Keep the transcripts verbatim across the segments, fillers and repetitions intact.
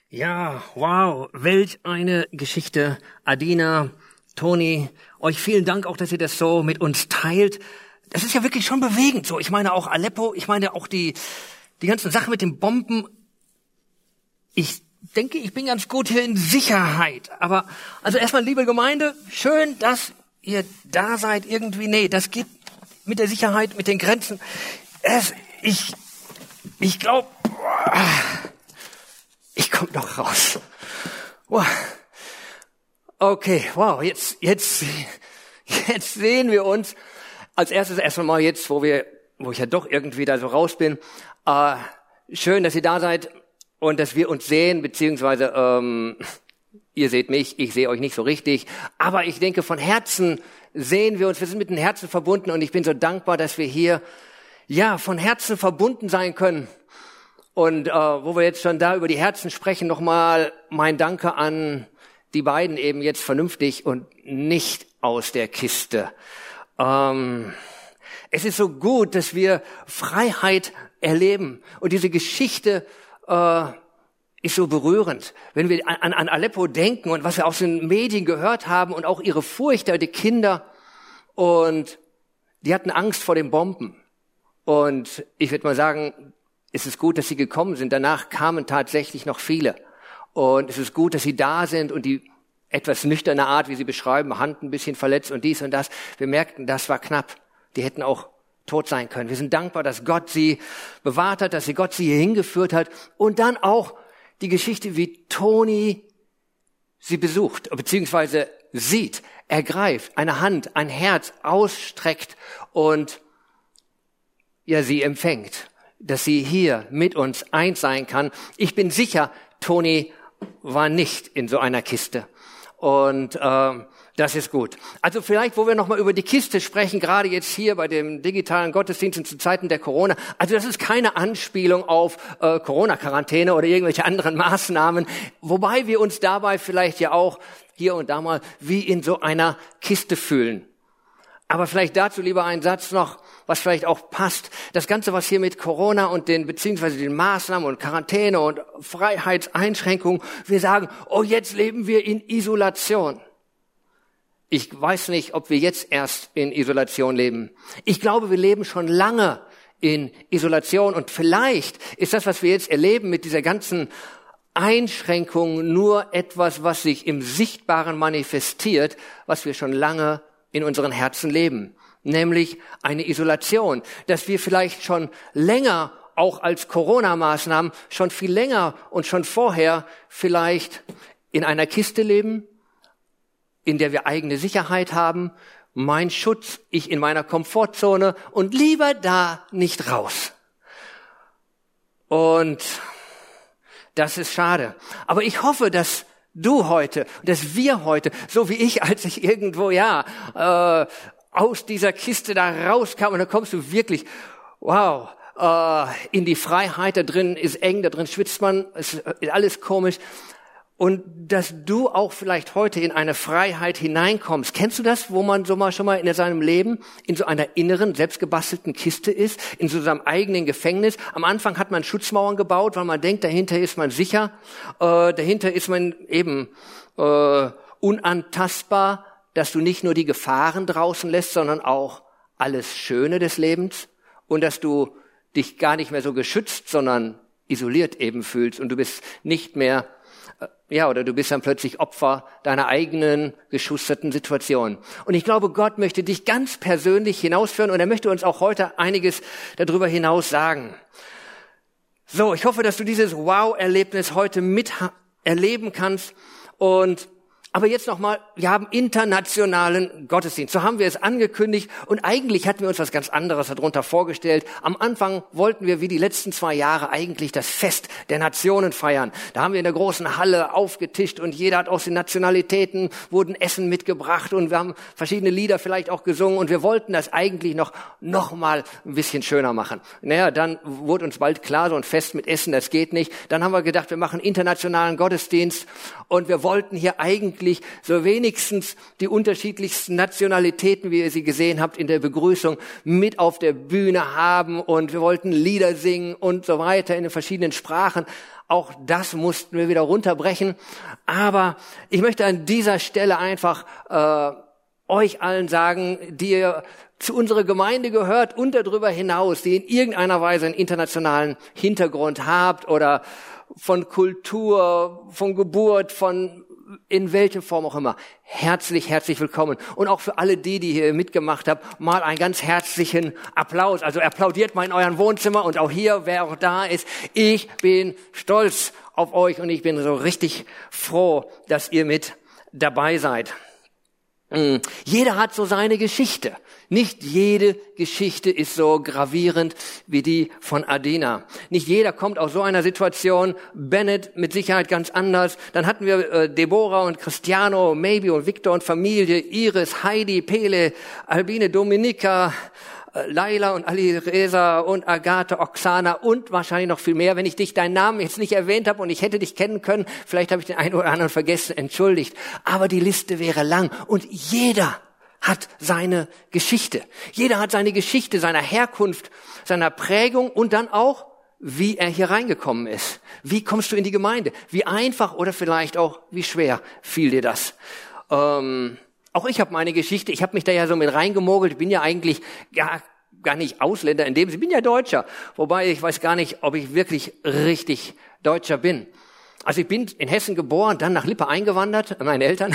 Ja, wow, welch eine Geschichte. Adina, Toni, euch vielen Dank auch, dass ihr das so mit uns teilt. Das ist ja wirklich schon bewegend so. Ich meine auch Aleppo, ich meine auch die, die ganzen Sachen mit den Bomben. Ich denke, ich bin ganz gut hier in Sicherheit. Aber, also erstmal, liebe Gemeinde, schön, dass ihr da seid irgendwie. Nee, das geht mit der Sicherheit, mit den Grenzen. Es, ich, ich glaube, ich komme noch raus. Wow. Okay, wow, jetzt, jetzt, jetzt sehen wir uns. Als erstes erstmal mal jetzt, wo wir, wo ich ja doch irgendwie da so raus bin. Äh, schön, dass ihr da seid und dass wir uns sehen, beziehungsweise ähm, ihr seht mich, ich sehe euch nicht so richtig. Aber ich denke, von Herzen sehen wir uns. Wir sind mit den Herzen verbunden und ich bin so dankbar, dass wir hier ja von Herzen verbunden sein können. Und äh, wo wir jetzt schon da über die Herzen sprechen, nochmal mein Danke an die beiden eben jetzt vernünftig und nicht aus der Kiste. Ähm, es ist so gut, dass wir Freiheit erleben. Und diese Geschichte äh, ist so berührend. Wenn wir an, an Aleppo denken und was wir aus den Medien gehört haben und auch ihre Furcht der Kinder. Und die hatten Angst vor den Bomben. Und ich würde mal sagen, es ist gut, dass sie gekommen sind. Danach kamen tatsächlich noch viele. Und es ist gut, dass sie da sind und die etwas nüchterne Art, wie sie beschreiben, Hand ein bisschen verletzt und dies und das. Wir merkten, das war knapp. Die hätten auch tot sein können. Wir sind dankbar, dass Gott sie bewahrt hat, dass sie Gott sie hier hingeführt hat. Und dann auch die Geschichte, wie Toni sie besucht, beziehungsweise sieht, ergreift, eine Hand, ein Herz ausstreckt und ja, sie empfängt, dass sie hier mit uns eins sein kann. Ich bin sicher, Toni war nicht in so einer Kiste. Und äh, das ist gut. Also vielleicht, wo wir nochmal über die Kiste sprechen, gerade jetzt hier bei dem digitalen Gottesdienst zu Zeiten der Corona. Also das ist keine Anspielung auf äh, Corona-Quarantäne oder irgendwelche anderen Maßnahmen. Wobei wir uns dabei vielleicht ja auch hier und da mal wie in so einer Kiste fühlen. Aber vielleicht dazu lieber ein Satz noch, was vielleicht auch passt. Das Ganze, was hier mit Corona und den, beziehungsweise den Maßnahmen und Quarantäne und Freiheitseinschränkungen, wir sagen, oh, jetzt leben wir in Isolation. Ich weiß nicht, ob wir jetzt erst in Isolation leben. Ich glaube, wir leben schon lange in Isolation und vielleicht ist das, was wir jetzt erleben mit dieser ganzen Einschränkung nur etwas, was sich im Sichtbaren manifestiert, was wir schon lange in unseren Herzen leben, nämlich eine Isolation, dass wir vielleicht schon länger, auch als Corona-Maßnahmen, schon viel länger und schon vorher vielleicht in einer Kiste leben, in der wir eigene Sicherheit haben, mein Schutz, ich in meiner Komfortzone und lieber da nicht raus. Und das ist schade. Aber ich hoffe, dass du heute, dass wir heute, so wie ich, als ich irgendwo, ja, äh, aus dieser Kiste da rauskam, und da kommst du wirklich, wow, äh, in die Freiheit, da drin ist eng, da drin schwitzt man, es ist alles komisch. Und dass du auch vielleicht heute in eine Freiheit hineinkommst. Kennst du das, wo man so mal schon mal in seinem Leben in so einer inneren, selbstgebastelten Kiste ist, in so seinem eigenen Gefängnis? Am Anfang hat man Schutzmauern gebaut, weil man denkt, dahinter ist man sicher. Äh, dahinter ist man eben äh, unantastbar, dass du nicht nur die Gefahren draußen lässt, sondern auch alles Schöne des Lebens. Und dass du dich gar nicht mehr so geschützt, sondern isoliert eben fühlst. Und du bist nicht mehr Ja, oder du bist dann plötzlich Opfer deiner eigenen geschusterten Situation. Und ich glaube, Gott möchte dich ganz persönlich hinausführen und er möchte uns auch heute einiges darüber hinaus sagen. So, ich hoffe, dass du dieses Wow-Erlebnis heute miterleben kannst. Und aber jetzt nochmal, wir haben internationalen Gottesdienst. So haben wir es angekündigt und eigentlich hatten wir uns was ganz anderes darunter vorgestellt. Am Anfang wollten wir wie die letzten zwei Jahre eigentlich das Fest der Nationen feiern. Da haben wir in der großen Halle aufgetischt und jeder hat aus den Nationalitäten, wurden Essen mitgebracht und wir haben verschiedene Lieder vielleicht auch gesungen und wir wollten das eigentlich noch, noch mal ein bisschen schöner machen. Naja, dann wurde uns bald klar, so ein Fest mit Essen, das geht nicht. Dann haben wir gedacht, wir machen internationalen Gottesdienst und wir wollten hier eigentlich unterschiedlich, so wenigstens die unterschiedlichsten Nationalitäten, wie ihr sie gesehen habt in der Begrüßung, mit auf der Bühne haben und wir wollten Lieder singen und so weiter in den verschiedenen Sprachen. Auch das mussten wir wieder runterbrechen. Aber ich möchte an dieser Stelle einfach äh, euch allen sagen, die ihr zu unserer Gemeinde gehört und darüber hinaus, die in irgendeiner Weise einen internationalen Hintergrund habt oder von Kultur, von Geburt, von in welcher Form auch immer. Herzlich, herzlich willkommen. Und auch für alle die, die hier mitgemacht haben, mal einen ganz herzlichen Applaus. Also applaudiert mal in euren Wohnzimmer und auch hier, wer auch da ist. Ich bin stolz auf euch und ich bin so richtig froh, dass ihr mit dabei seid. Jeder hat so seine Geschichte. Nicht jede Geschichte ist so gravierend wie die von Adina. Nicht jeder kommt aus so einer Situation. Bennett mit Sicherheit ganz anders. Dann hatten wir äh, Deborah und Cristiano, Maybe und Victor und Familie, Iris, Heidi, Pele, Albine, Dominika, Laila und Ali-Reza und Agathe, Oksana und wahrscheinlich noch viel mehr. Wenn ich dich, deinen Namen jetzt nicht erwähnt habe und ich hätte dich kennen können, vielleicht habe ich den einen oder anderen vergessen, entschuldigt. Aber die Liste wäre lang und jeder hat seine Geschichte. Jeder hat seine Geschichte, seiner Herkunft, seiner Prägung und dann auch, wie er hier reingekommen ist. Wie kommst du in die Gemeinde? Wie einfach oder vielleicht auch wie schwer fiel dir das? Ähm, Auch ich habe meine Geschichte, ich habe mich da ja so mit reingemogelt, ich bin ja eigentlich gar, gar nicht Ausländer in dem Sinne, ich bin ja Deutscher, wobei ich weiß gar nicht, ob ich wirklich richtig Deutscher bin. Also ich bin in Hessen geboren, dann nach Lippe eingewandert, meine Eltern,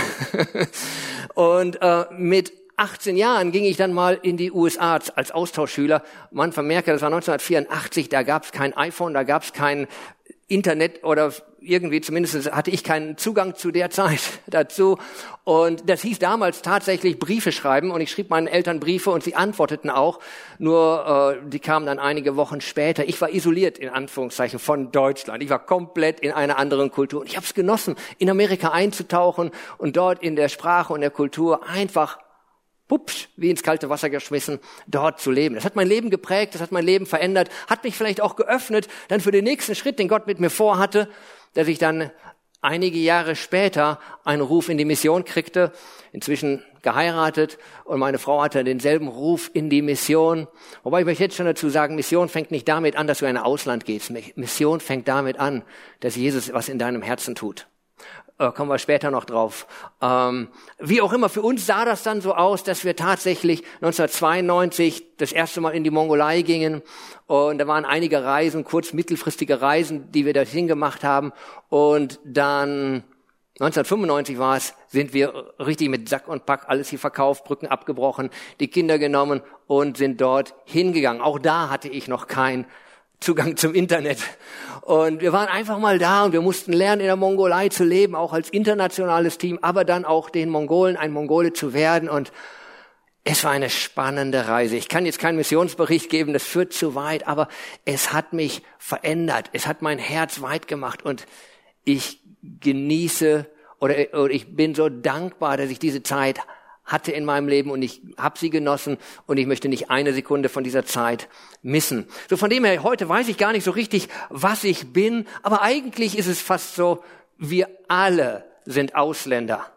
und äh, mit achtzehn Jahren ging ich dann mal in die U S A als Austauschschüler. Man vermerke, das war neunzehnhundertvierundachtzig, da gab es kein iPhone, da gab es kein Internet oder irgendwie, zumindest hatte ich keinen Zugang zu der Zeit dazu. Und das hieß damals tatsächlich Briefe schreiben und ich schrieb meinen Eltern Briefe und sie antworteten auch, nur äh, die kamen dann einige Wochen später. Ich war isoliert, in Anführungszeichen, von Deutschland. Ich war komplett in einer anderen Kultur und ich habe es genossen, in Amerika einzutauchen und dort in der Sprache und der Kultur einfach Pups, wie ins kalte Wasser geschmissen, dort zu leben. Das hat mein Leben geprägt, das hat mein Leben verändert, hat mich vielleicht auch geöffnet, dann für den nächsten Schritt, den Gott mit mir vorhatte, dass ich dann einige Jahre später einen Ruf in die Mission kriegte, inzwischen geheiratet und meine Frau hatte denselben Ruf in die Mission. Wobei ich möchte jetzt schon dazu sagen, Mission fängt nicht damit an, dass du in ein Ausland gehst. Mission fängt damit an, dass Jesus was in deinem Herzen tut. Äh, kommen wir später noch drauf. Ähm, wie auch immer, für uns sah das dann so aus, dass wir tatsächlich neunzehnhundertzweiundneunzig das erste Mal in die Mongolei gingen und da waren einige Reisen, kurz mittelfristige Reisen, die wir dorthin gemacht haben und dann neunzehnhundertfünfundneunzig war es, sind wir richtig mit Sack und Pack alles hier verkauft, Brücken abgebrochen, die Kinder genommen und sind dort hingegangen. Auch da hatte ich noch kein Zugang zum Internet. Und wir waren einfach mal da und wir mussten lernen, in der Mongolei zu leben, auch als internationales Team, aber dann auch den Mongolen ein Mongole zu werden. Und es war eine spannende Reise. Ich kann jetzt keinen Missionsbericht geben, das führt zu weit, aber es hat mich verändert. Es hat mein Herz weit gemacht und ich genieße oder, oder ich bin so dankbar, dass ich diese Zeit hatte in meinem Leben und ich habe sie genossen und ich möchte nicht eine Sekunde von dieser Zeit missen. So von dem her, heute weiß ich gar nicht so richtig, was ich bin, aber eigentlich ist es fast so, wir alle sind Ausländer.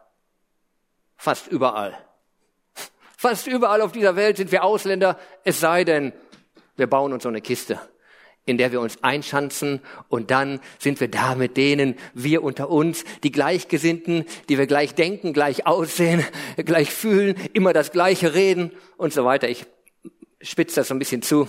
Fast überall. Fast überall auf dieser Welt sind wir Ausländer, es sei denn, wir bauen uns so eine Kiste, in der wir uns einschanzen und dann sind wir da mit denen, wir unter uns, die Gleichgesinnten, die wir gleich denken, gleich aussehen, gleich fühlen, immer das Gleiche reden und so weiter. Ich spitze das so ein bisschen zu.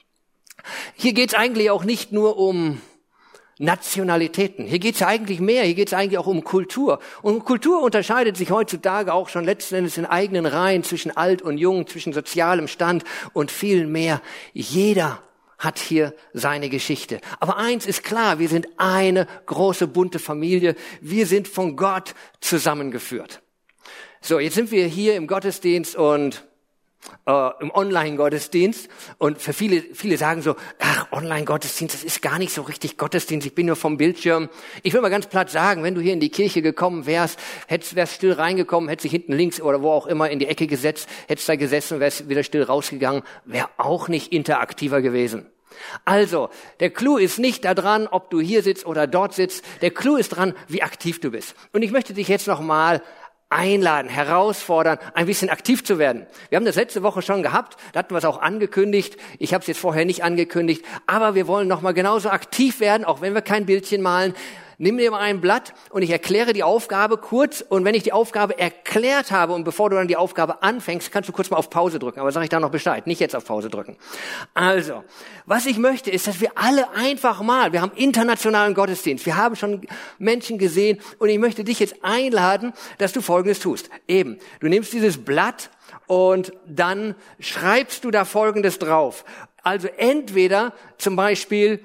Hier geht es eigentlich auch nicht nur um Nationalitäten. Hier geht es ja eigentlich mehr, hier geht es eigentlich auch um Kultur. Und Kultur unterscheidet sich heutzutage auch schon letzten Endes in eigenen Reihen zwischen alt und jung, zwischen sozialem Stand und viel mehr. Jeder hat hier seine Geschichte. Aber eins ist klar, wir sind eine große, bunte Familie. Wir sind von Gott zusammengeführt. So, jetzt sind wir hier im Gottesdienst und äh, im Online-Gottesdienst. Und für viele, viele sagen so, ach, Online-Gottesdienst, das ist gar nicht so richtig Gottesdienst, ich bin nur vom Bildschirm. Ich will mal ganz platt sagen, wenn du hier in die Kirche gekommen wärst, hättest, wärst still reingekommen, hättest dich hinten links oder wo auch immer in die Ecke gesetzt, hättest da gesessen, wärst wieder still rausgegangen, wäre auch nicht interaktiver gewesen. Also, der Clou ist nicht daran, ob du hier sitzt oder dort sitzt. Der Clou ist dran, wie aktiv du bist. Und ich möchte dich jetzt nochmal einladen, herausfordern, ein bisschen aktiv zu werden. Wir haben das letzte Woche schon gehabt, da hatten wir es auch angekündigt. Ich habe es jetzt vorher nicht angekündigt, aber wir wollen nochmal genauso aktiv werden, auch wenn wir kein Bildchen malen. Nimm dir mal ein Blatt und ich erkläre die Aufgabe kurz. Und wenn ich die Aufgabe erklärt habe und bevor du dann die Aufgabe anfängst, kannst du kurz mal auf Pause drücken. Aber sage ich da noch Bescheid, nicht jetzt auf Pause drücken. Also, was ich möchte, ist, dass wir alle einfach mal, wir haben internationalen Gottesdienst, wir haben schon Menschen gesehen und ich möchte dich jetzt einladen, dass du Folgendes tust. Eben, du nimmst dieses Blatt und dann schreibst du da Folgendes drauf. Also entweder zum Beispiel,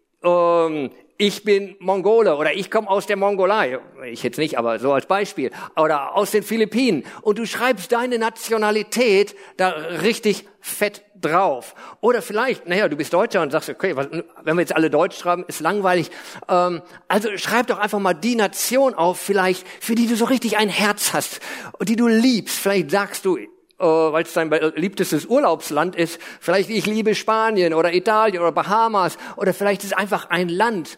ähm, ich bin Mongole oder ich komme aus der Mongolei. Ich jetzt nicht, aber so als Beispiel. Oder aus den Philippinen. Und du schreibst deine Nationalität da richtig fett drauf. Oder vielleicht, naja, du bist Deutscher und sagst, okay, was, wenn wir jetzt alle Deutsch schreiben, ist langweilig. Ähm, also schreib doch einfach mal die Nation auf, vielleicht, für die du so richtig ein Herz hast und die du liebst. Vielleicht sagst du, weil es dein beliebtestes Urlaubsland ist, vielleicht ich liebe Spanien oder Italien oder Bahamas oder vielleicht ist es einfach ein Land,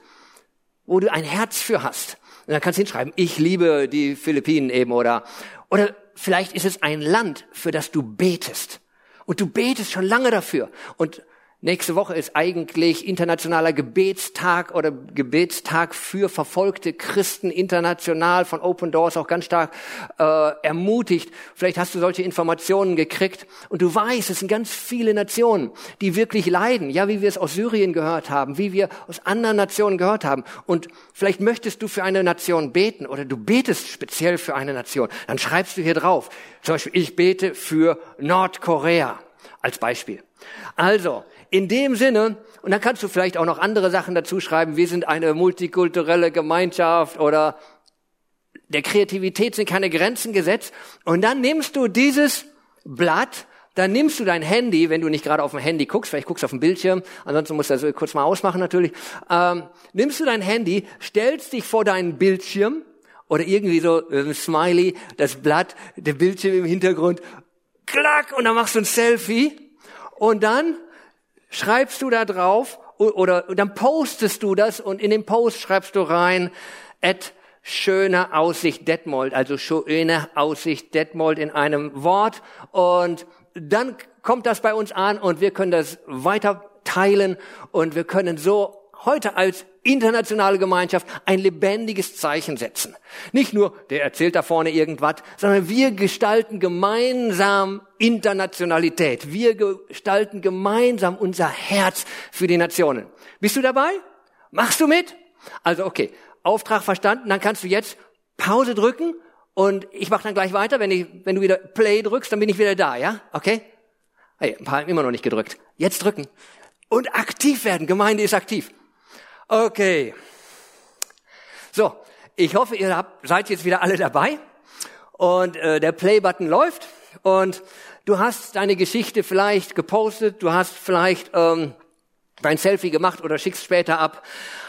wo du ein Herz für hast. Und dann kannst du hinschreiben, ich liebe die Philippinen eben oder oder vielleicht ist es ein Land, für das du betest und du betest schon lange dafür und nächste Woche ist eigentlich internationaler Gebetstag oder Gebetstag für verfolgte Christen international von Open Doors auch ganz stark äh, ermutigt. Vielleicht hast du solche Informationen gekriegt und du weißt, es sind ganz viele Nationen, die wirklich leiden. Ja, wie wir es aus Syrien gehört haben, wie wir aus anderen Nationen gehört haben. Und vielleicht möchtest du für eine Nation beten oder du betest speziell für eine Nation. Dann schreibst du hier drauf, zum Beispiel, ich bete für Nordkorea als Beispiel. Also, in dem Sinne, und dann kannst du vielleicht auch noch andere Sachen dazu schreiben, wir sind eine multikulturelle Gemeinschaft oder der Kreativität sind keine Grenzen gesetzt. Und dann nimmst du dieses Blatt, dann nimmst du dein Handy, wenn du nicht gerade auf dem Handy guckst, vielleicht guckst du auf dem Bildschirm, ansonsten musst du das kurz mal ausmachen natürlich, ähm, nimmst du dein Handy, stellst dich vor deinen Bildschirm oder irgendwie so ein Smiley, das Blatt, der Bildschirm im Hintergrund, klack, und dann machst du ein Selfie und dann schreibst du da drauf oder, oder dann postest du das und in den Post schreibst du rein, at schöne Aussicht Detmold, also schöne Aussicht Detmold in einem Wort und dann kommt das bei uns an und wir können das weiter teilen und wir können so heute als internationale Gemeinschaft ein lebendiges Zeichen setzen. Nicht nur, der erzählt da vorne irgendwas, sondern wir gestalten gemeinsam Internationalität. Wir gestalten gemeinsam unser Herz für die Nationen. Bist du dabei? Machst du mit? Also okay, Auftrag verstanden, dann kannst du jetzt Pause drücken und ich mache dann gleich weiter. Wenn, ich, wenn du wieder Play drückst, dann bin ich wieder da, ja? Okay? Hey, ein paar haben immer noch nicht gedrückt. Jetzt drücken. Und aktiv werden. Gemeinde ist aktiv. Okay. So, ich hoffe, ihr habt, seid jetzt wieder alle dabei und äh, der Play-Button läuft und du hast deine Geschichte vielleicht gepostet, du hast vielleicht ähm, dein Selfie gemacht oder schickst später ab.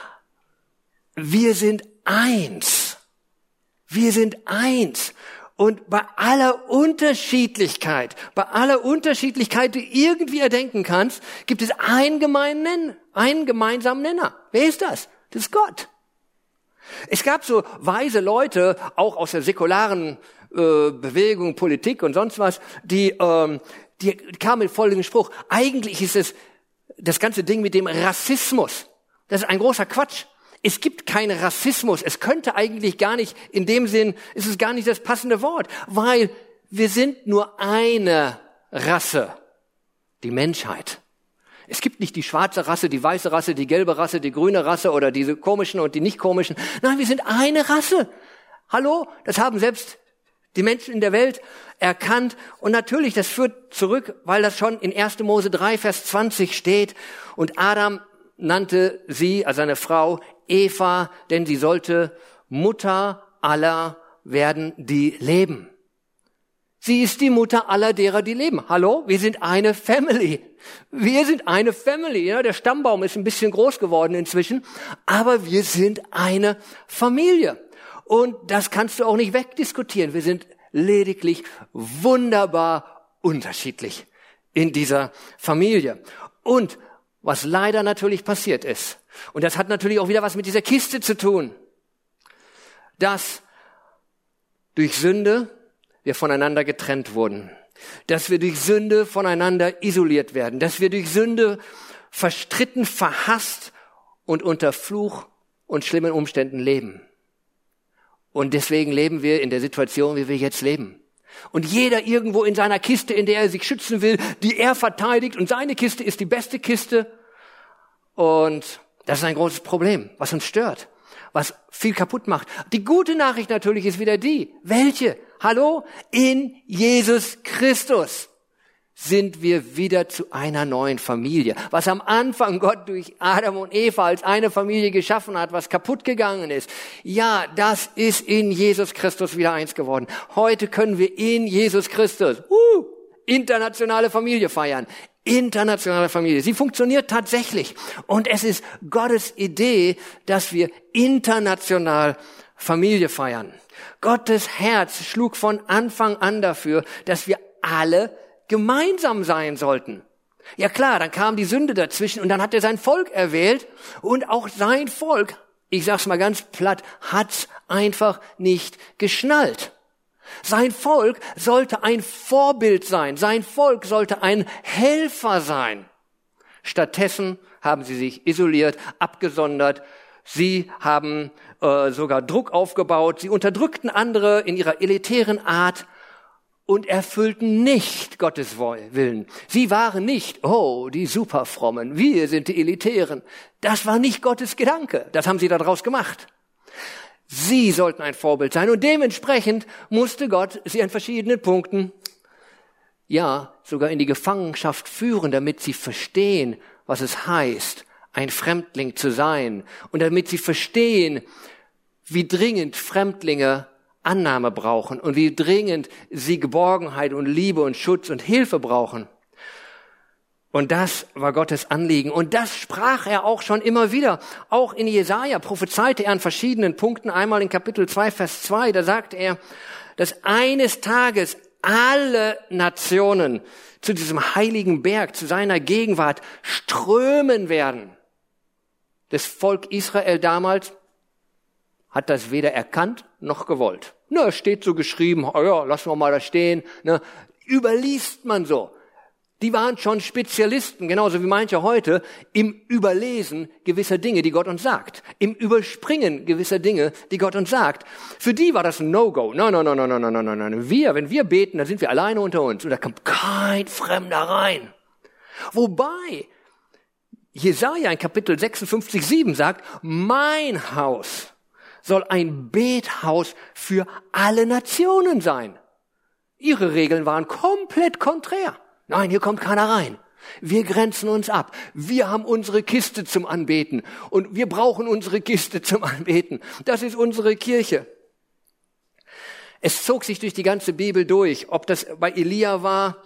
Wir sind eins. Wir sind eins. Und bei aller Unterschiedlichkeit, bei aller Unterschiedlichkeit, die du irgendwie erdenken kannst, gibt es einen gemeinen, einen gemeinsamen Nenner. Wer ist das? Das ist Gott. Es gab so weise Leute, auch aus der säkularen äh, Bewegung, Politik und sonst was, die, ähm, die kamen mit folgendem Spruch. Eigentlich ist es das ganze Ding mit dem Rassismus. Das ist ein großer Quatsch. Es gibt keinen Rassismus. Es könnte eigentlich gar nicht, in dem Sinn, ist es gar nicht das passende Wort, weil wir sind nur eine Rasse, die Menschheit. Es gibt nicht die schwarze Rasse, die weiße Rasse, die gelbe Rasse, die grüne Rasse oder diese komischen und die nicht komischen. Nein, wir sind eine Rasse. Hallo? Das haben selbst die Menschen in der Welt erkannt. Und natürlich, das führt zurück, weil das schon in erster Mose drei, Vers zwanzig steht. Und Adam nannte sie, also seine Frau, Eva, denn sie sollte Mutter aller werden, die leben. Sie ist die Mutter aller derer, die leben. Hallo? Wir sind eine Family. Wir sind eine Family. Ja, der Stammbaum ist ein bisschen groß geworden inzwischen, aber wir sind eine Familie. Und das kannst du auch nicht wegdiskutieren. Wir sind lediglich wunderbar unterschiedlich in dieser Familie. Und was leider natürlich passiert ist. Und das hat natürlich auch wieder was mit dieser Kiste zu tun, dass durch Sünde wir voneinander getrennt wurden, dass wir durch Sünde voneinander isoliert werden, dass wir durch Sünde verstritten, verhasst und unter Fluch und schlimmen Umständen leben. Und deswegen leben wir in der Situation, wie wir jetzt leben. Und jeder irgendwo in seiner Kiste, in der er sich schützen will, die er verteidigt, und seine Kiste ist die beste Kiste. Und das ist ein großes Problem, was uns stört, was viel kaputt macht. Die gute Nachricht natürlich ist wieder die, welche? Hallo? In Jesus Christus sind wir wieder zu einer neuen Familie. Was am Anfang Gott durch Adam und Eva als eine Familie geschaffen hat, was kaputt gegangen ist, ja, das ist in Jesus Christus wieder eins geworden. Heute können wir in Jesus Christus uh, internationale Familie feiern. Internationale Familie. Sie funktioniert tatsächlich. Und es ist Gottes Idee, dass wir international Familie feiern. Gottes Herz schlug von Anfang an dafür, dass wir alle gemeinsam sein sollten. Ja klar, dann kam die Sünde dazwischen und dann hat er sein Volk erwählt und auch sein Volk, ich sag's mal ganz platt, hat's einfach nicht geschnallt. Sein Volk sollte ein Vorbild sein, sein Volk sollte ein Helfer sein. Stattdessen haben sie sich isoliert, abgesondert, sie haben äh, sogar Druck aufgebaut, sie unterdrückten andere in ihrer elitären Art und erfüllten nicht Gottes Willen. Sie waren nicht, oh, die Superfrommen, wir sind die Elitären. Das war nicht Gottes Gedanke, das haben sie daraus gemacht. Sie sollten ein Vorbild sein und dementsprechend musste Gott sie an verschiedenen Punkten, ja, sogar in die Gefangenschaft führen, damit sie verstehen, was es heißt, ein Fremdling zu sein und damit sie verstehen, wie dringend Fremdlinge Annahme brauchen und wie dringend sie Geborgenheit und Liebe und Schutz und Hilfe brauchen. Und das war Gottes Anliegen. Und das sprach er auch schon immer wieder. Auch in Jesaja prophezeite er an verschiedenen Punkten. Einmal in Kapitel zwei, Vers zwei, da sagt er, dass eines Tages alle Nationen zu diesem heiligen Berg, zu seiner Gegenwart strömen werden. Das Volk Israel damals hat das weder erkannt noch gewollt. Na, steht so geschrieben, oh ja, lassen wir mal da stehen. Ne, überliest man so. Die waren schon Spezialisten, genauso wie manche heute, im Überlesen gewisser Dinge, die Gott uns sagt. Im Überspringen gewisser Dinge, die Gott uns sagt. Für die war das ein No-Go. Nein, nein, nein, nein, nein, nein, nein, nein. Wir, wenn wir beten, dann sind wir alleine unter uns. Und da kommt kein Fremder rein. Wobei Jesaja in Kapitel sechsundfünfzig, sieben sagt, mein Haus soll ein Bethaus für alle Nationen sein. Ihre Regeln waren komplett konträr. Nein, hier kommt keiner rein. Wir grenzen uns ab. Wir haben unsere Kiste zum Anbeten und wir brauchen unsere Kiste zum Anbeten. Das ist unsere Kirche. Es zog sich durch die ganze Bibel durch, ob das bei Elia war,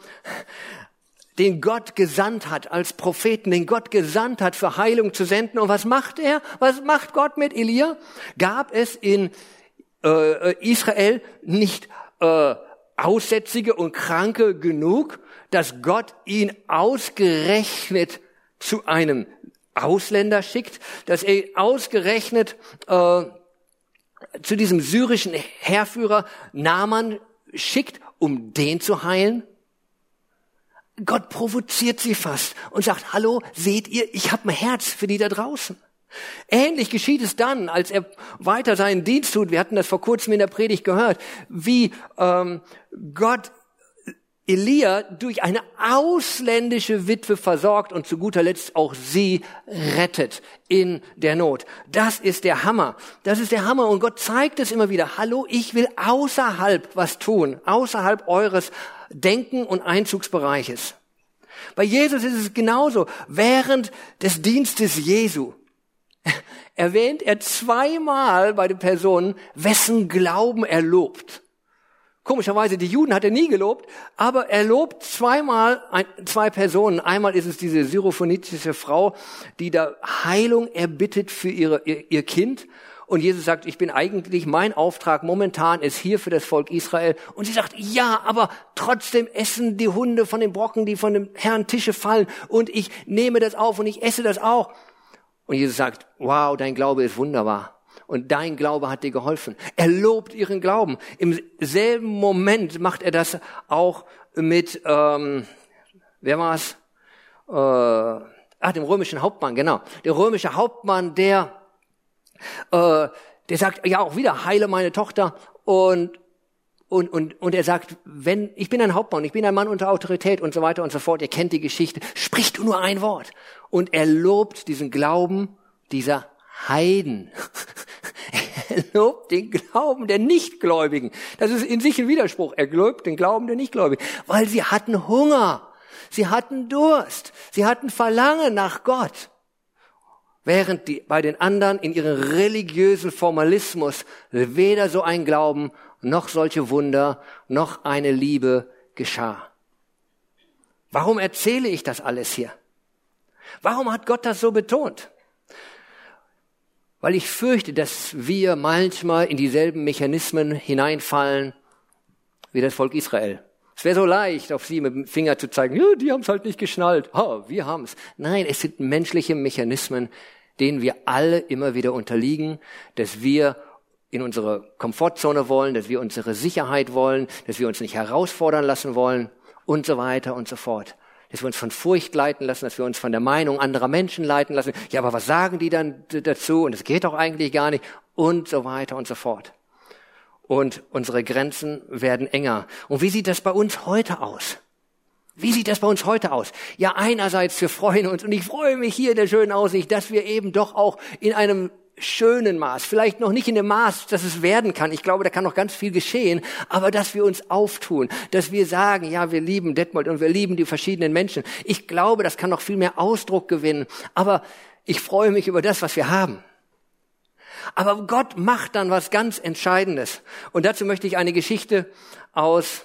den Gott gesandt hat als Propheten, den Gott gesandt hat, für Heilung zu senden. Und was macht er? Was macht Gott mit Elia? Gab es in äh, Israel nicht äh, Aussätzige und Kranke genug, dass Gott ihn ausgerechnet zu einem Ausländer schickt, dass er ausgerechnet äh, zu diesem syrischen Heerführer Naaman schickt, um den zu heilen? Gott provoziert sie fast und sagt, hallo, seht ihr, ich habe ein Herz für die da draußen. Ähnlich geschieht es dann, als er weiter seinen Dienst tut. Wir hatten das vor kurzem in der Predigt gehört, wie ähm, Gott Elia durch eine ausländische Witwe versorgt und zu guter Letzt auch sie rettet in der Not. Das ist der Hammer. Das ist der Hammer. Und Gott zeigt es immer wieder. Hallo, ich will außerhalb was tun, außerhalb eures Denken und Einzugsbereiches. Bei Jesus ist es genauso. Während des Dienstes Jesu erwähnt er zweimal bei den Personen, wessen Glauben er lobt. Komischerweise, die Juden hat er nie gelobt, aber er lobt zweimal ein, zwei Personen. Einmal ist es diese syrophönizische Frau, die da Heilung erbittet für ihre, ihr, ihr Kind. Und Jesus sagt, ich bin eigentlich, mein Auftrag momentan ist hier für das Volk Israel. Und sie sagt, ja, aber trotzdem essen die Hunde von den Brocken, die von dem Herrn Tische fallen. Und ich nehme das auf und ich esse das auch. Und Jesus sagt, wow, dein Glaube ist wunderbar. Und dein Glaube hat dir geholfen. Er lobt ihren Glauben. Im selben Moment macht er das auch mit, ähm, wer war's? Äh, ah, dem römischen Hauptmann, genau. Der römische Hauptmann, der, äh, der sagt, ja auch wieder, heile meine Tochter. Und Und, und, und er sagt, wenn, ich bin ein Hauptmann, ich bin ein Mann unter Autorität und so weiter und so fort. Ihr kennt die Geschichte. Sprich du nur ein Wort. Und er lobt diesen Glauben dieser Heiden. Er lobt den Glauben der Nichtgläubigen. Das ist in sich ein Widerspruch. Er lobt den Glauben der Nichtgläubigen, weil sie hatten Hunger. Sie hatten Durst. Sie hatten Verlangen nach Gott. Während die, bei den anderen in ihrem religiösen Formalismus weder so ein Glauben noch solche Wunder, noch eine Liebe geschah. Warum erzähle ich das alles hier? Warum hat Gott das so betont? Weil ich fürchte, dass wir manchmal in dieselben Mechanismen hineinfallen wie das Volk Israel. Es wäre so leicht, auf sie mit dem Finger zu zeigen, ja, die haben es halt nicht geschnallt. Ha, wir haben's. Nein, es sind menschliche Mechanismen, denen wir alle immer wieder unterliegen, dass wir in unsere Komfortzone wollen, dass wir unsere Sicherheit wollen, dass wir uns nicht herausfordern lassen wollen und so weiter und so fort. Dass wir uns von Furcht leiten lassen, dass wir uns von der Meinung anderer Menschen leiten lassen. Ja, aber was sagen die dann dazu? Und das geht doch eigentlich gar nicht. Und so weiter und so fort. Und unsere Grenzen werden enger. Und wie sieht das bei uns heute aus? Wie sieht das bei uns heute aus? Ja, einerseits, wir freuen uns, und ich freue mich hier in der schönen Aussicht, dass wir eben doch auch in einem schönen Maß, vielleicht noch nicht in dem Maß, dass es werden kann. Ich glaube, da kann noch ganz viel geschehen, aber dass wir uns auftun, dass wir sagen, ja, wir lieben Detmold und wir lieben die verschiedenen Menschen. Ich glaube, das kann noch viel mehr Ausdruck gewinnen, aber ich freue mich über das, was wir haben. Aber Gott macht dann was ganz Entscheidendes. Und dazu möchte ich eine Geschichte aus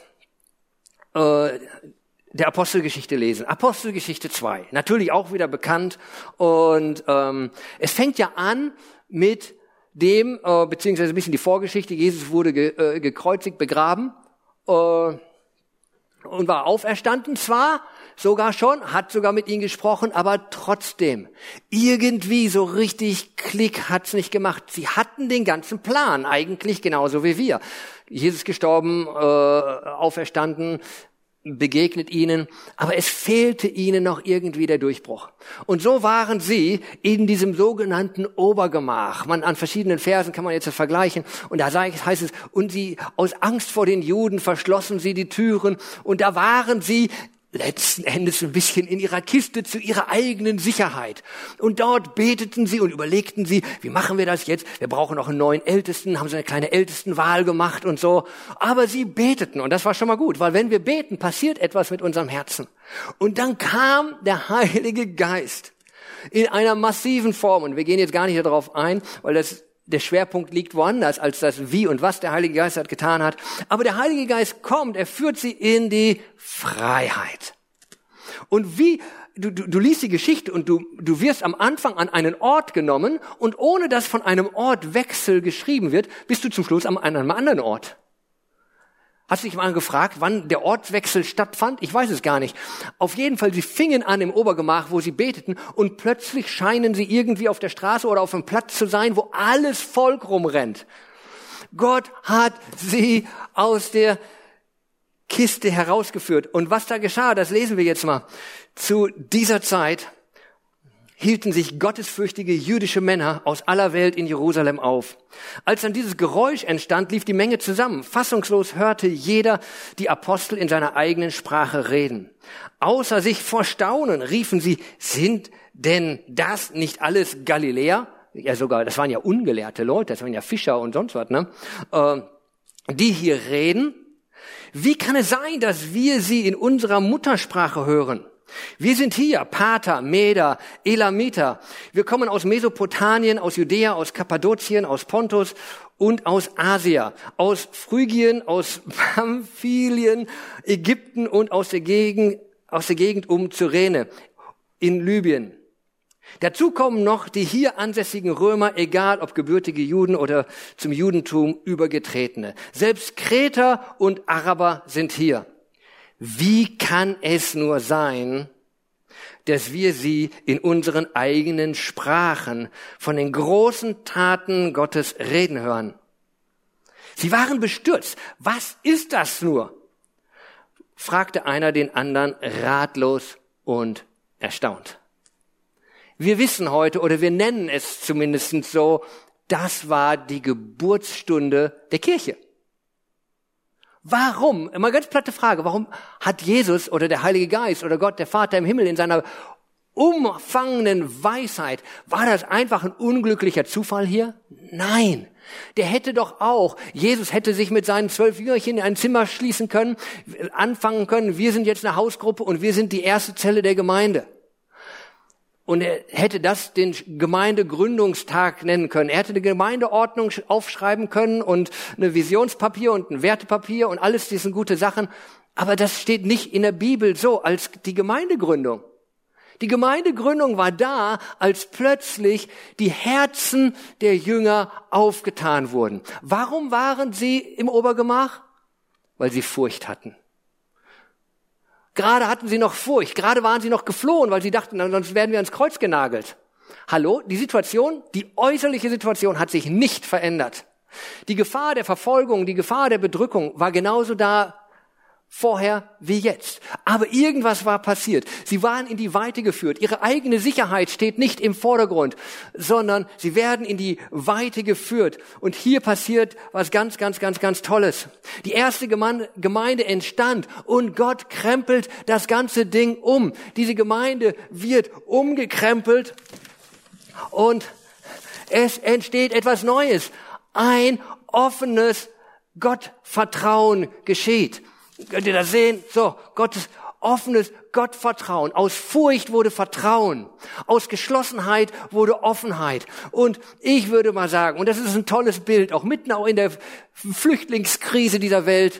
äh, der Apostelgeschichte lesen. Apostelgeschichte zwei, natürlich auch wieder bekannt. Und ähm, es fängt ja an mit dem, äh, beziehungsweise ein bisschen die Vorgeschichte, Jesus wurde ge, äh, gekreuzigt, begraben äh, und war auferstanden zwar, sogar schon, hat sogar mit ihnen gesprochen, aber trotzdem, irgendwie so richtig Klick hat's nicht gemacht. Sie hatten den ganzen Plan, eigentlich genauso wie wir. Jesus gestorben, äh, auferstanden, begegnet ihnen, aber es fehlte ihnen noch irgendwie der Durchbruch. Und so waren sie in diesem sogenannten Obergemach. Man, an verschiedenen Versen kann man jetzt vergleichen. Und da heißt es, und sie, aus Angst vor den Juden verschlossen sie die Türen. Und da waren sie letzten Endes ein bisschen in ihrer Kiste zu ihrer eigenen Sicherheit. Und dort beteten sie und überlegten sie, wie machen wir das jetzt? Wir brauchen noch einen neuen Ältesten, haben so eine kleine Ältestenwahl gemacht und so. Aber sie beteten und das war schon mal gut, weil wenn wir beten, passiert etwas mit unserem Herzen. Und dann kam der Heilige Geist in einer massiven Form. Und wir gehen jetzt gar nicht darauf ein, weil das der Schwerpunkt liegt woanders als das Wie und was der Heilige Geist hat getan hat. Aber der Heilige Geist kommt, er führt sie in die Freiheit. Und wie, du, du, du liest die Geschichte und du, du wirst am Anfang an einen Ort genommen und ohne dass von einem Ortwechsel geschrieben wird, bist du zum Schluss an einem anderen Ort. Hast du dich mal gefragt, wann der Ortswechsel stattfand? Ich weiß es gar nicht. Auf jeden Fall, sie fingen an im Obergemach, wo sie beteten, und plötzlich scheinen sie irgendwie auf der Straße oder auf einem Platz zu sein, wo alles Volk rumrennt. Gott hat sie aus der Kiste herausgeführt. Und was da geschah, das lesen wir jetzt mal. Zu dieser Zeit hielten sich gottesfürchtige jüdische Männer aus aller Welt in Jerusalem auf. Als dann dieses Geräusch entstand, lief die Menge zusammen. Fassungslos hörte jeder die Apostel in seiner eigenen Sprache reden. Außer sich vor Staunen riefen sie, sind denn das nicht alles Galiläer? Ja, sogar, das waren ja ungelehrte Leute, das waren ja Fischer und sonst was, ne? Äh, die hier reden. Wie kann es sein, dass wir sie in unserer Muttersprache hören? Wir sind hier, Parther, Meder, Elamiter. Wir kommen aus Mesopotamien, aus Judäa, aus Kappadokien, aus Pontus und aus Asia, aus Phrygien, aus Pamphylien, Ägypten und aus der Gegend, aus der Gegend um Cyrene in Libyen. Dazu kommen noch die hier ansässigen Römer, egal ob gebürtige Juden oder zum Judentum übergetretene. Selbst Kreter und Araber sind hier. Wie kann es nur sein, dass wir sie in unseren eigenen Sprachen von den großen Taten Gottes reden hören? Sie waren bestürzt. Was ist das nur? Fragte einer den anderen ratlos und erstaunt. Wir wissen heute, oder wir nennen es zumindest so, das war die Geburtsstunde der Kirche. Warum, immer ganz platte Frage, warum hat Jesus oder der Heilige Geist oder Gott, der Vater im Himmel in seiner umfangenden Weisheit, war das einfach ein unglücklicher Zufall hier? Nein. Der hätte doch auch, Jesus hätte sich mit seinen zwölf Jüngerchen in ein Zimmer schließen können, anfangen können, wir sind jetzt eine Hausgruppe und wir sind die erste Zelle der Gemeinde. Und er hätte das den Gemeindegründungstag nennen können. Er hätte eine Gemeindeordnung aufschreiben können und eine Visionspapier und ein Wertepapier und alles, das sind gute Sachen. Aber das steht nicht in der Bibel so als die Gemeindegründung. Die Gemeindegründung war da, als plötzlich die Herzen der Jünger aufgetan wurden. Warum waren sie im Obergemach? Weil sie Furcht hatten. Gerade hatten sie noch Furcht, gerade waren sie noch geflohen, weil sie dachten, sonst werden wir ans Kreuz genagelt. Hallo, die Situation, die äußerliche Situation hat sich nicht verändert. Die Gefahr der Verfolgung, die Gefahr der Bedrückung war genauso da vorher wie jetzt. Aber irgendwas war passiert. Sie waren in die Weite geführt. Ihre eigene Sicherheit steht nicht im Vordergrund, sondern sie werden in die Weite geführt. Und hier passiert was ganz, ganz, ganz, ganz Tolles. Die erste Gemeinde entstand und Gott krempelt das ganze Ding um. Diese Gemeinde wird umgekrempelt und es entsteht etwas Neues. Ein offenes Gottvertrauen geschieht. Könnt ihr das sehen? So, Gottes offenes Gottvertrauen. Aus Furcht wurde Vertrauen. Aus Geschlossenheit wurde Offenheit. Und ich würde mal sagen, und das ist ein tolles Bild, auch mitten auch in der Flüchtlingskrise dieser Welt,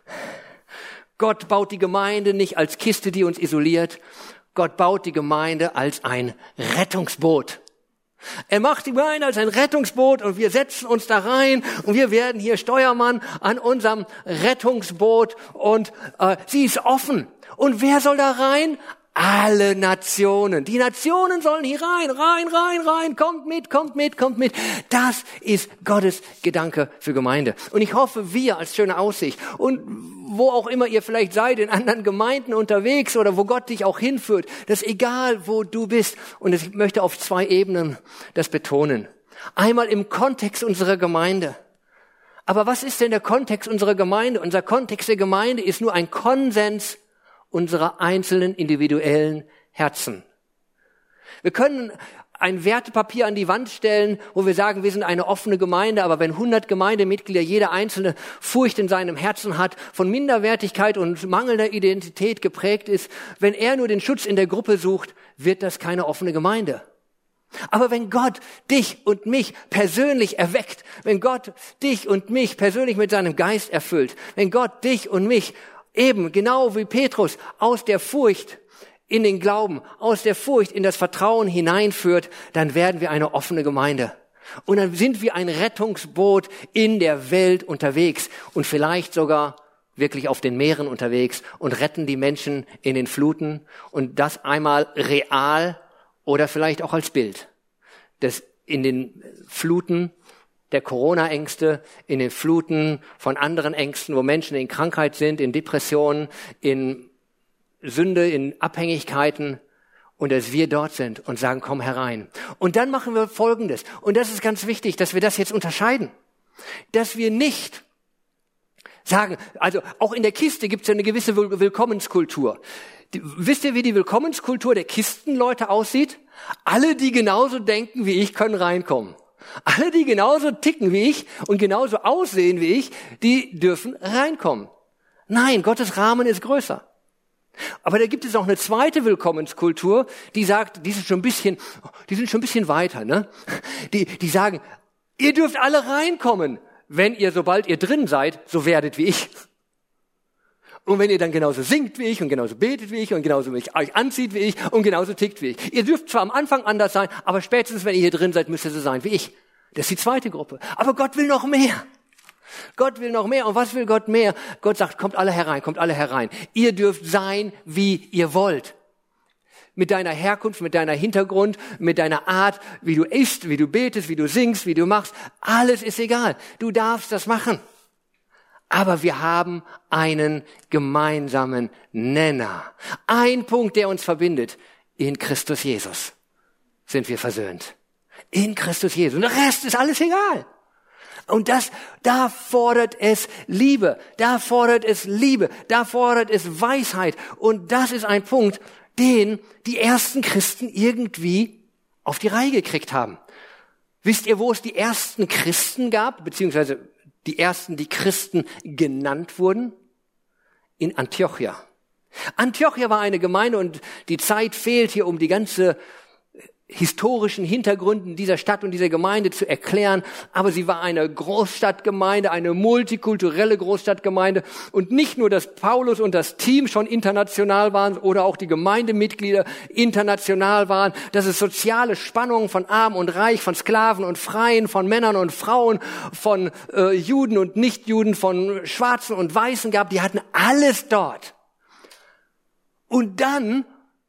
Gott baut die Gemeinde nicht als Kiste, die uns isoliert. Gott baut die Gemeinde als ein Rettungsboot. Er macht die Gemeinde als ein Rettungsboot und wir setzen uns da rein und wir werden hier Steuermann an unserem Rettungsboot und äh, sie ist offen. Und wer soll da rein? Alle Nationen. Die Nationen sollen hier rein, rein, rein, rein. Kommt mit, kommt mit, kommt mit. Das ist Gottes Gedanke für Gemeinde. Und ich hoffe, wir als Schöne Aussicht und wo auch immer ihr vielleicht seid, in anderen Gemeinden unterwegs oder wo Gott dich auch hinführt, dass egal wo du bist, und ich möchte auf zwei Ebenen das betonen. Einmal im Kontext unserer Gemeinde. Aber was ist denn der Kontext unserer Gemeinde? Unser Kontext der Gemeinde ist nur ein Konsens unserer einzelnen individuellen Herzen. Wir können ein Wertepapier an die Wand stellen, wo wir sagen, wir sind eine offene Gemeinde, aber wenn hundert Gemeindemitglieder jeder einzelne Furcht in seinem Herzen hat, von Minderwertigkeit und mangelnder Identität geprägt ist, wenn er nur den Schutz in der Gruppe sucht, wird das keine offene Gemeinde. Aber wenn Gott dich und mich persönlich erweckt, wenn Gott dich und mich persönlich mit seinem Geist erfüllt, wenn Gott dich und mich eben genau wie Petrus aus der Furcht in den Glauben, aus der Furcht in das Vertrauen hineinführt, dann werden wir eine offene Gemeinde. Und dann sind wir ein Rettungsboot in der Welt unterwegs und vielleicht sogar wirklich auf den Meeren unterwegs und retten die Menschen in den Fluten und das einmal real oder vielleicht auch als Bild. Das in den Fluten der Corona-Ängste, in den Fluten von anderen Ängsten, wo Menschen in Krankheit sind, in Depressionen, in Sünde, in Abhängigkeiten und dass wir dort sind und sagen, komm herein. Und dann machen wir Folgendes. Und das ist ganz wichtig, dass wir das jetzt unterscheiden. Dass wir nicht sagen, also auch in der Kiste gibt es ja eine gewisse Willkommenskultur. Die, wisst ihr, wie die Willkommenskultur der Kistenleute aussieht? Alle, die genauso denken wie ich, können reinkommen. Alle, die genauso ticken wie ich und genauso aussehen wie ich, die dürfen reinkommen. Nein, Gottes Rahmen ist größer. Aber da gibt es auch eine zweite Willkommenskultur, die sagt, die sind schon ein bisschen, die sind schon ein bisschen weiter, ne? Die, die sagen, ihr dürft alle reinkommen, wenn ihr, sobald ihr drin seid, so werdet wie ich. Und wenn ihr dann genauso singt wie ich und genauso betet wie ich und genauso euch anzieht wie ich und genauso tickt wie ich. Ihr dürft zwar am Anfang anders sein, aber spätestens, wenn ihr hier drin seid, müsst ihr so sein wie ich. Das ist die zweite Gruppe. Aber Gott will noch mehr. Gott will noch mehr. Und was will Gott mehr? Gott sagt, kommt alle herein, kommt alle herein. Ihr dürft sein, wie ihr wollt. Mit deiner Herkunft, mit deiner Hintergrund, mit deiner Art, wie du isst, wie du betest, wie du singst, wie du machst. Alles ist egal. Du darfst das machen. Aber wir haben einen gemeinsamen Nenner. Ein Punkt, der uns verbindet. In Christus Jesus sind wir versöhnt. In Christus Jesus. Und der Rest ist alles egal. Und das, da fordert es Liebe. Da fordert es Liebe. Da fordert es Weisheit. Und das ist ein Punkt, den die ersten Christen irgendwie auf die Reihe gekriegt haben. Wisst ihr, wo es die ersten Christen gab, beziehungsweise die ersten, die Christen genannt wurden? In Antiochia. Antiochia war eine Gemeinde und die Zeit fehlt hier, um die ganze historischen Hintergründen dieser Stadt und dieser Gemeinde zu erklären. Aber sie war eine Großstadtgemeinde, eine multikulturelle Großstadtgemeinde. Und nicht nur, dass Paulus und das Team schon international waren oder auch die Gemeindemitglieder international waren, dass es soziale Spannungen von Arm und Reich, von Sklaven und Freien, von Männern und Frauen, von äh, Juden und Nichtjuden, von Schwarzen und Weißen gab. Die hatten alles dort. Und dann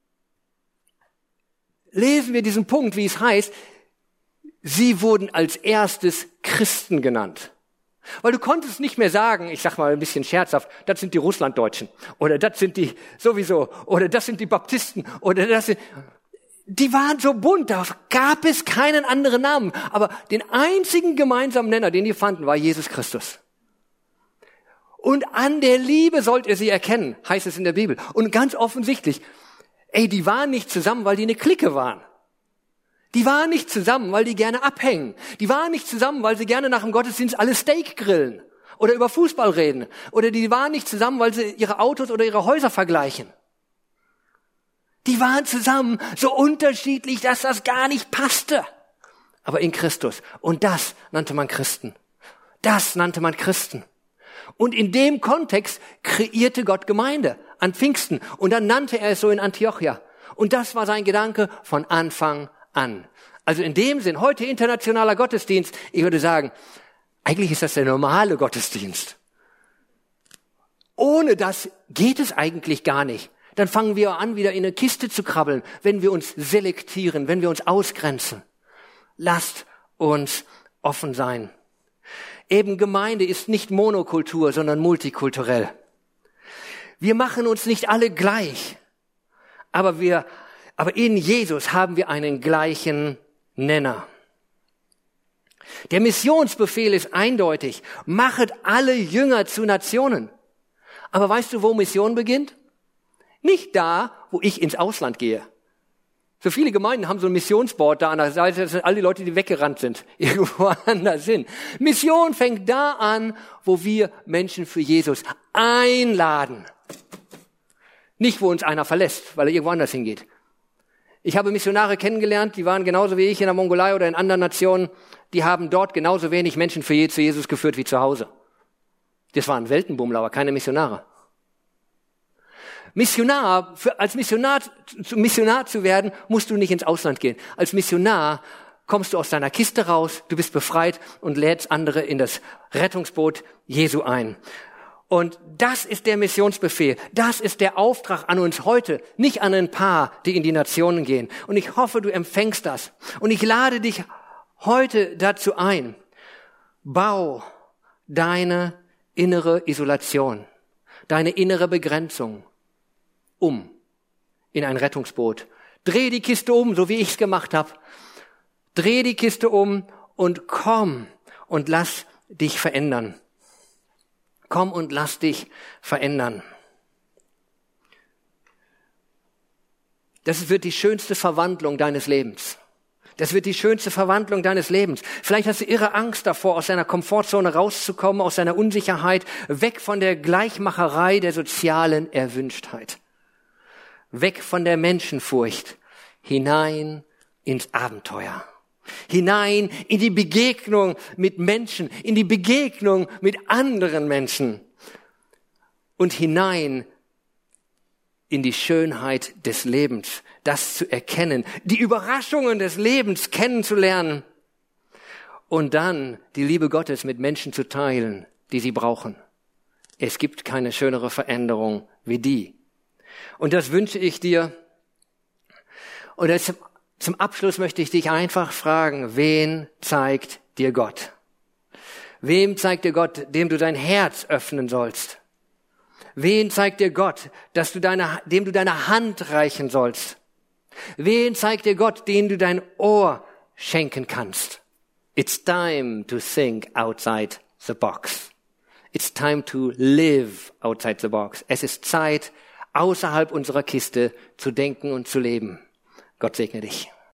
lesen wir diesen Punkt, wie es heißt, sie wurden als erstes Christen genannt. Weil du konntest nicht mehr sagen, ich sag mal ein bisschen scherzhaft, das sind die Russlanddeutschen oder das sind die sowieso oder das sind die Baptisten oder das sind... Die waren so bunt, da gab es keinen anderen Namen. Aber den einzigen gemeinsamen Nenner, den die fanden, war Jesus Christus. Und an der Liebe sollt ihr sie erkennen, heißt es in der Bibel. Und ganz offensichtlich, ey, die waren nicht zusammen, weil die eine Clique waren. Die waren nicht zusammen, weil die gerne abhängen. Die waren nicht zusammen, weil sie gerne nach dem Gottesdienst alle Steak grillen oder über Fußball reden. Oder die waren nicht zusammen, weil sie ihre Autos oder ihre Häuser vergleichen. Die waren zusammen so unterschiedlich, dass das gar nicht passte. Aber in Christus. Und das nannte man Christen. Das nannte man Christen. Und in dem Kontext kreierte Gott Gemeinde an Pfingsten. Und dann nannte er es so in Antiochia. Und das war sein Gedanke von Anfang an. Also in dem Sinn, heute internationaler Gottesdienst, ich würde sagen, eigentlich ist das der normale Gottesdienst. Ohne das geht es eigentlich gar nicht. Dann fangen wir an, wieder in eine Kiste zu krabbeln, wenn wir uns selektieren, wenn wir uns ausgrenzen. Lasst uns offen sein. Eben Gemeinde ist nicht Monokultur, sondern multikulturell. Wir machen uns nicht alle gleich, aber wir, aber in Jesus haben wir einen gleichen Nenner. Der Missionsbefehl ist eindeutig. Machet alle Jünger zu Nationen. Aber weißt du, wo Mission beginnt? Nicht da, wo ich ins Ausland gehe. So viele Gemeinden haben so ein Missionsboard da an der Seite, das sind alle die Leute, die weggerannt sind, irgendwo anders hin. Mission fängt da an, wo wir Menschen für Jesus einladen. Nicht, wo uns einer verlässt, weil er irgendwo anders hingeht. Ich habe Missionare kennengelernt, die waren genauso wie ich in der Mongolei oder in anderen Nationen, die haben dort genauso wenig Menschen für zu Jesus geführt wie zu Hause. Das waren Weltenbummler, aber keine Missionare. Missionar, für, als Missionar, Missionar zu werden, musst du nicht ins Ausland gehen. Als Missionar kommst du aus deiner Kiste raus, du bist befreit und lädst andere in das Rettungsboot Jesu ein. Und das ist der Missionsbefehl. Das ist der Auftrag an uns heute, nicht an ein paar, die in die Nationen gehen. Und ich hoffe, du empfängst das. Und ich lade dich heute dazu ein. Bau deine innere Isolation, deine innere Begrenzung um in ein Rettungsboot. Dreh die Kiste um, so wie ich es gemacht habe. Dreh die Kiste um und komm und lass dich verändern. Komm und lass dich verändern. Das wird die schönste Verwandlung deines Lebens. Das wird die schönste Verwandlung deines Lebens. Vielleicht hast du irre Angst davor, aus deiner Komfortzone rauszukommen, aus deiner Unsicherheit, weg von der Gleichmacherei der sozialen Erwünschtheit. Weg von der Menschenfurcht, hinein ins Abenteuer. Hinein in die Begegnung mit Menschen, in die Begegnung mit anderen Menschen. und hinein in die Schönheit des Lebens, das zu erkennen, die Überraschungen des Lebens kennenzulernen und dann die Liebe Gottes mit Menschen zu teilen, die sie brauchen. Es gibt keine schönere Veränderung wie die. Und das wünsche ich dir. Und jetzt zum Abschluss möchte ich dich einfach fragen, wen zeigt dir Gott? Wem zeigt dir Gott, dem du dein Herz öffnen sollst? Wen zeigt dir Gott, dass du deine, dem du deine Hand reichen sollst? Wen zeigt dir Gott, dem du dein Ohr schenken kannst? It's time to think outside the box. It's time to live outside the box. Es ist Zeit, außerhalb unserer Kiste zu denken und zu leben. Gott segne dich.